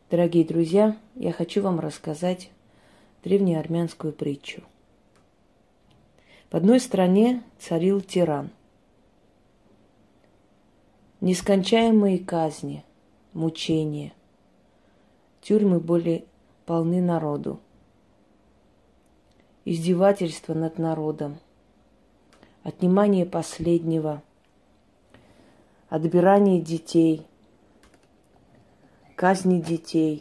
Дорогие друзья, я хочу вам рассказать древнеармянскую притчу. В одной стране царил тиран. Нескончаемые казни, мучения, тюрьмы были полны народу, издевательства над народом, отнимание последнего, отбирание детей, казни детей.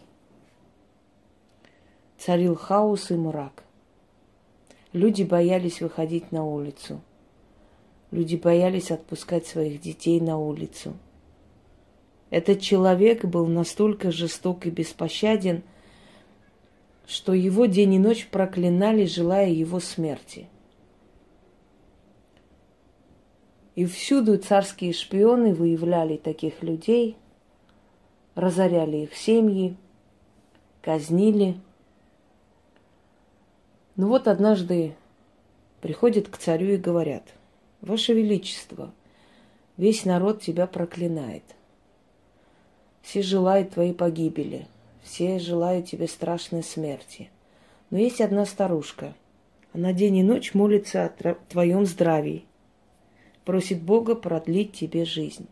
Царил хаос и мрак. Люди боялись выходить на улицу. Люди боялись отпускать своих детей на улицу. Этот человек был настолько жесток и беспощаден, что его день и ночь проклинали, желая его смерти. И всюду царские шпионы выявляли таких людей, разоряли их семьи, казнили. Ну вот однажды приходят к царю и говорят: «Ваше Величество, весь народ тебя проклинает. Все желают твоей погибели, все желают тебе страшной смерти. Но есть одна старушка, она день и ночь молится о твоем здравии, просит Бога продлить тебе жизнь.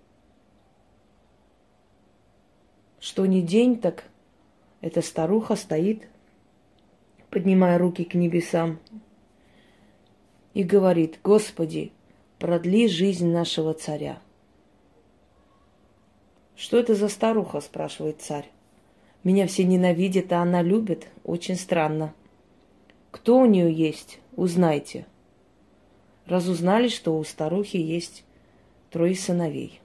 Что ни день, так эта старуха стоит, поднимая руки к небесам, и говорит: Господи, продли жизнь нашего царя». «Что это за старуха?» – спрашивает царь. «Меня все ненавидят, а она любит. Очень странно. Кто у нее есть? Узнайте». Разузнали, что у старухи есть 3 сыновей.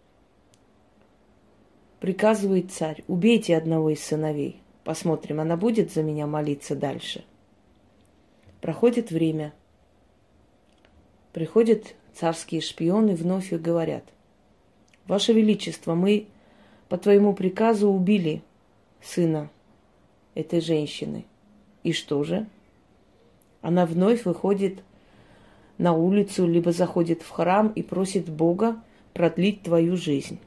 Приказывает царь: убейте одного из сыновей. Посмотрим, она будет за меня молиться дальше. Проходит время. Приходят царские шпионы вновь и говорят: «Ваше Величество, мы по твоему приказу убили сына этой женщины». И что же? Она вновь выходит на улицу, либо заходит в храм и просит Бога продлить твою жизнь.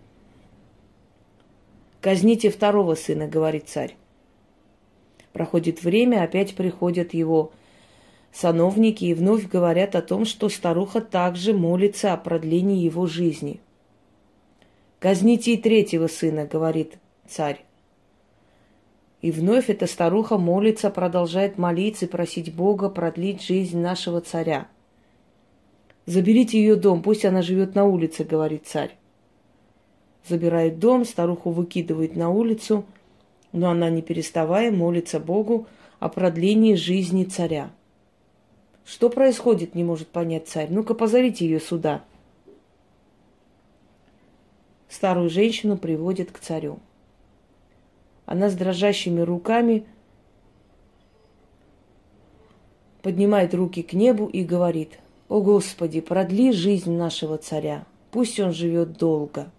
«Казните второго сына», — говорит царь. Проходит время, опять приходят его сановники и вновь говорят о том, что старуха также молится о продлении его жизни. «Казните и 3-го сына», — говорит царь. И вновь эта старуха молится, продолжает молиться и просить Бога продлить жизнь нашего царя. «Заберите ее дом, пусть она живет на улице», — говорит царь. Забирает дом, старуху выкидывают на улицу, но она, не переставая, молится Богу о продлении жизни царя. Что происходит, не может понять царь. «Ну-ка, позовите ее сюда». Старую женщину приводят к царю. Она с дрожащими руками поднимает руки к небу и говорит: «О Господи, продли жизнь нашего царя, пусть он живет долго».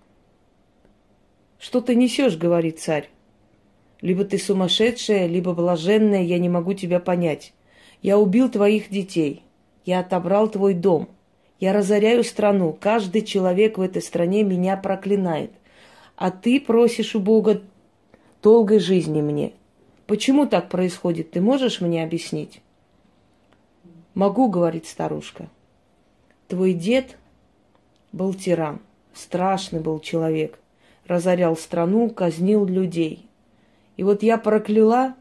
«Что ты несешь?» — говорит царь. «Либо ты сумасшедшая, либо блаженная, я не могу тебя понять. Я убил твоих детей, я отобрал твой дом, я разоряю страну, каждый человек в этой стране меня проклинает, а ты просишь у Бога долгой жизни мне. Почему так происходит, ты можешь мне объяснить?» «Могу», — говорит старушка. «Твой дед был тиран, страшный был человек, разорял страну, казнил людей. И вот я прокляла,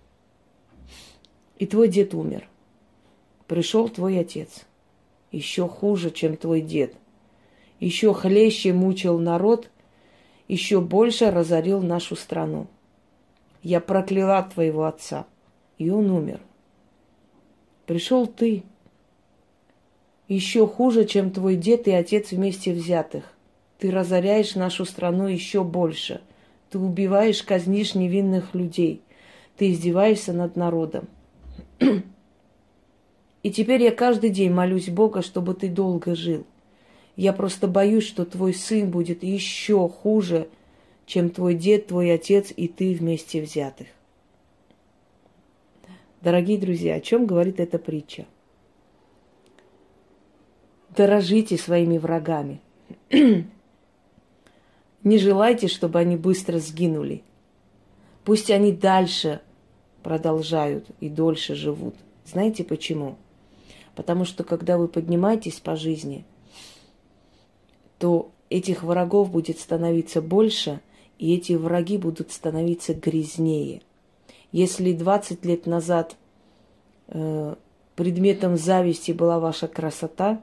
и твой дед умер. Пришел твой отец, еще хуже, чем твой дед, еще хлеще мучил народ, еще больше разорил нашу страну. Я прокляла твоего отца, и он умер. Пришел ты, еще хуже, чем твой дед и отец вместе взятых. Ты разоряешь нашу страну еще больше. Ты убиваешь, казнишь невинных людей. Ты издеваешься над народом. И теперь я каждый день молюсь Бога, чтобы ты долго жил. Я просто боюсь, что твой сын будет еще хуже, чем твой дед, твой отец и ты вместе взятых». Дорогие друзья, о чем говорит эта притча? Дорожите своими врагами. Не желайте, чтобы они быстро сгинули. Пусть они дальше продолжают и дольше живут. Знаете почему? Потому что когда вы поднимаетесь по жизни, то этих врагов будет становиться больше, и эти враги будут становиться грязнее. Если 20 лет назад предметом зависти была ваша красота,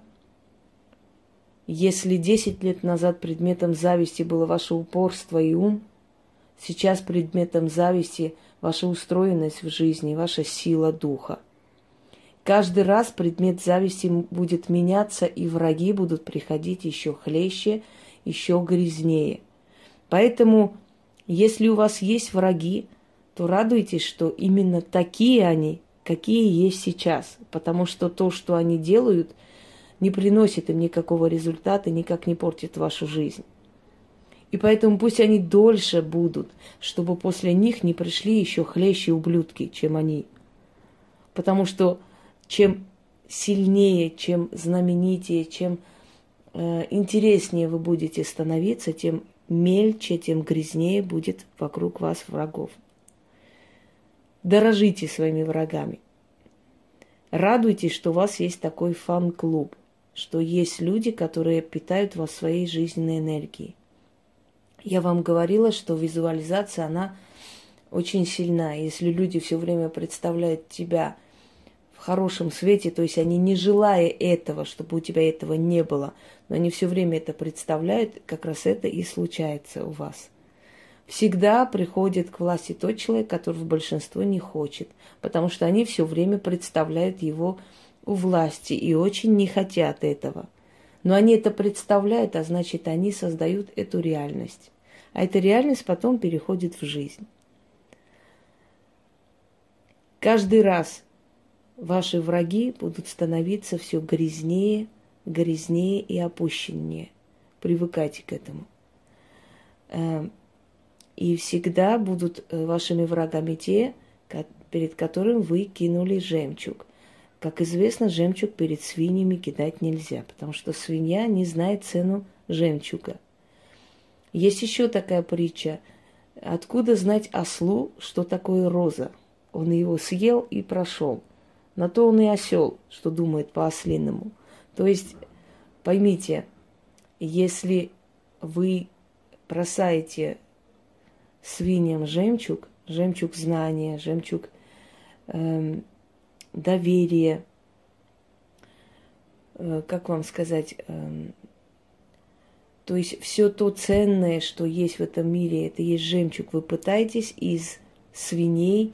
если 10 лет назад предметом зависти было ваше упорство и ум, сейчас предметом зависти ваша устроенность в жизни, ваша сила духа. Каждый раз предмет зависти будет меняться, и враги будут приходить еще хлеще, еще грязнее. Поэтому, если у вас есть враги, то радуйтесь, что именно такие они, какие есть сейчас. Потому что то, что они делают, не приносит им никакого результата, никак не портит вашу жизнь. И поэтому пусть они дольше будут, чтобы после них не пришли еще хлеще ублюдки, чем они. Потому что чем сильнее, чем знаменитее, чем интереснее вы будете становиться, тем мельче, тем грязнее будет вокруг вас врагов. Дорожите своими врагами. Радуйтесь, что у вас есть такой фан-клуб, что есть люди, которые питают вас своей жизненной энергией. Я вам говорила, что визуализация, она очень сильна. Если люди все время представляют тебя в хорошем свете, то есть они не желая этого, чтобы у тебя этого не было, но они все время это представляют, как раз это и случается у вас. Всегда приходит к власти тот человек, который в большинство не хочет, потому что они все время представляют его у власти и очень не хотят этого. Но они это представляют, а значит, они создают эту реальность. А эта реальность потом переходит в жизнь. Каждый раз ваши враги будут становиться все грязнее, грязнее и опущеннее. Привыкайте к этому. И всегда будут вашими врагами те, перед которым вы кинули жемчуг. Как известно, жемчуг перед свиньями кидать нельзя, потому что свинья не знает цену жемчуга. Есть еще такая притча. Откуда знать ослу, что такое роза? Он его съел и прошел. На то он и осел, что думает по-ослиному. То есть, поймите, если вы бросаете свиньям жемчуг, жемчуг знания, жемчуг доверия, как вам сказать, то есть все то ценное, что есть в этом мире, это есть жемчуг. Вы пытаетесь из свиней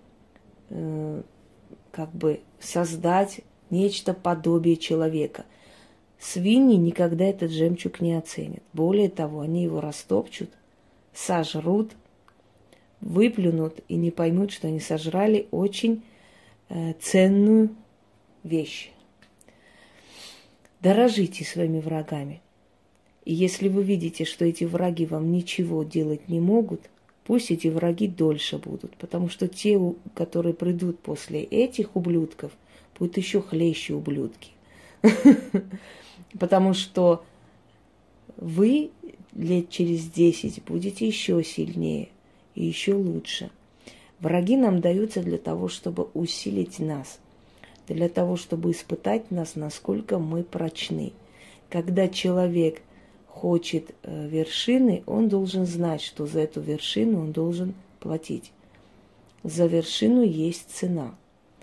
как бы создать нечто подобие человека. Свиньи никогда этот жемчуг не оценят. Более того, они его растопчут, сожрут, выплюнут и не поймут, что они сожрали очень ценную вещь. Дорожите своими врагами. И если вы видите, что эти враги вам ничего делать не могут, пусть эти враги дольше будут. Потому что те, которые придут после этих ублюдков, будут еще хлеще ублюдки. Потому что вы лет через 10 будете еще сильнее и еще лучше. Враги нам даются для того, чтобы усилить нас, для того, чтобы испытать нас, насколько мы прочны. Когда человек хочет вершины, он должен знать, что за эту вершину он должен платить. За вершину есть цена.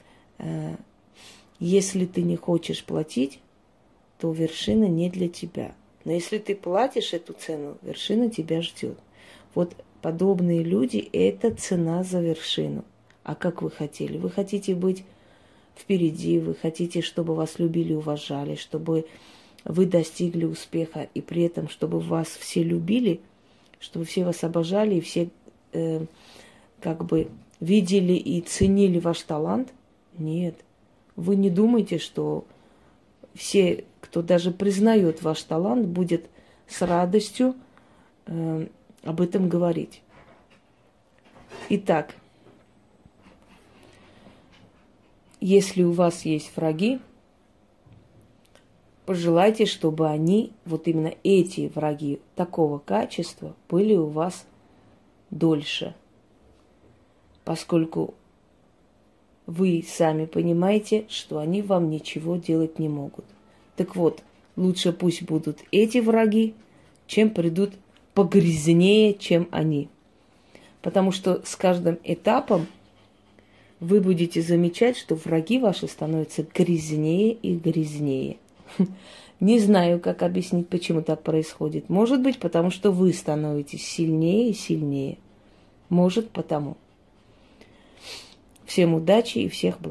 Если ты не хочешь платить, то вершина не для тебя. Но если ты платишь эту цену, вершина тебя ждет. Вот подобные люди – это цена за вершину. А как вы хотели? Вы хотите быть впереди, вы хотите, чтобы вас любили, уважали, чтобы вы достигли успеха, и при этом, чтобы вас все любили, чтобы все вас обожали, и все как бы видели и ценили ваш талант? Нет. Вы не думайте, что все, кто даже признает ваш талант, будет с радостью об этом говорить. Итак, если у вас есть враги, пожелайте, чтобы они, вот именно эти враги такого качества, были у вас дольше. поскольку вы сами понимаете, что они вам ничего делать не могут. Так вот, лучше пусть будут эти враги, чем придут погрязнее, чем они. Потому что с каждым этапом вы будете замечать, что враги ваши становятся грязнее и грязнее. Не знаю, как объяснить, почему так происходит. Может быть, потому что вы становитесь сильнее и сильнее. Может, потому. Всем удачи и всех благ.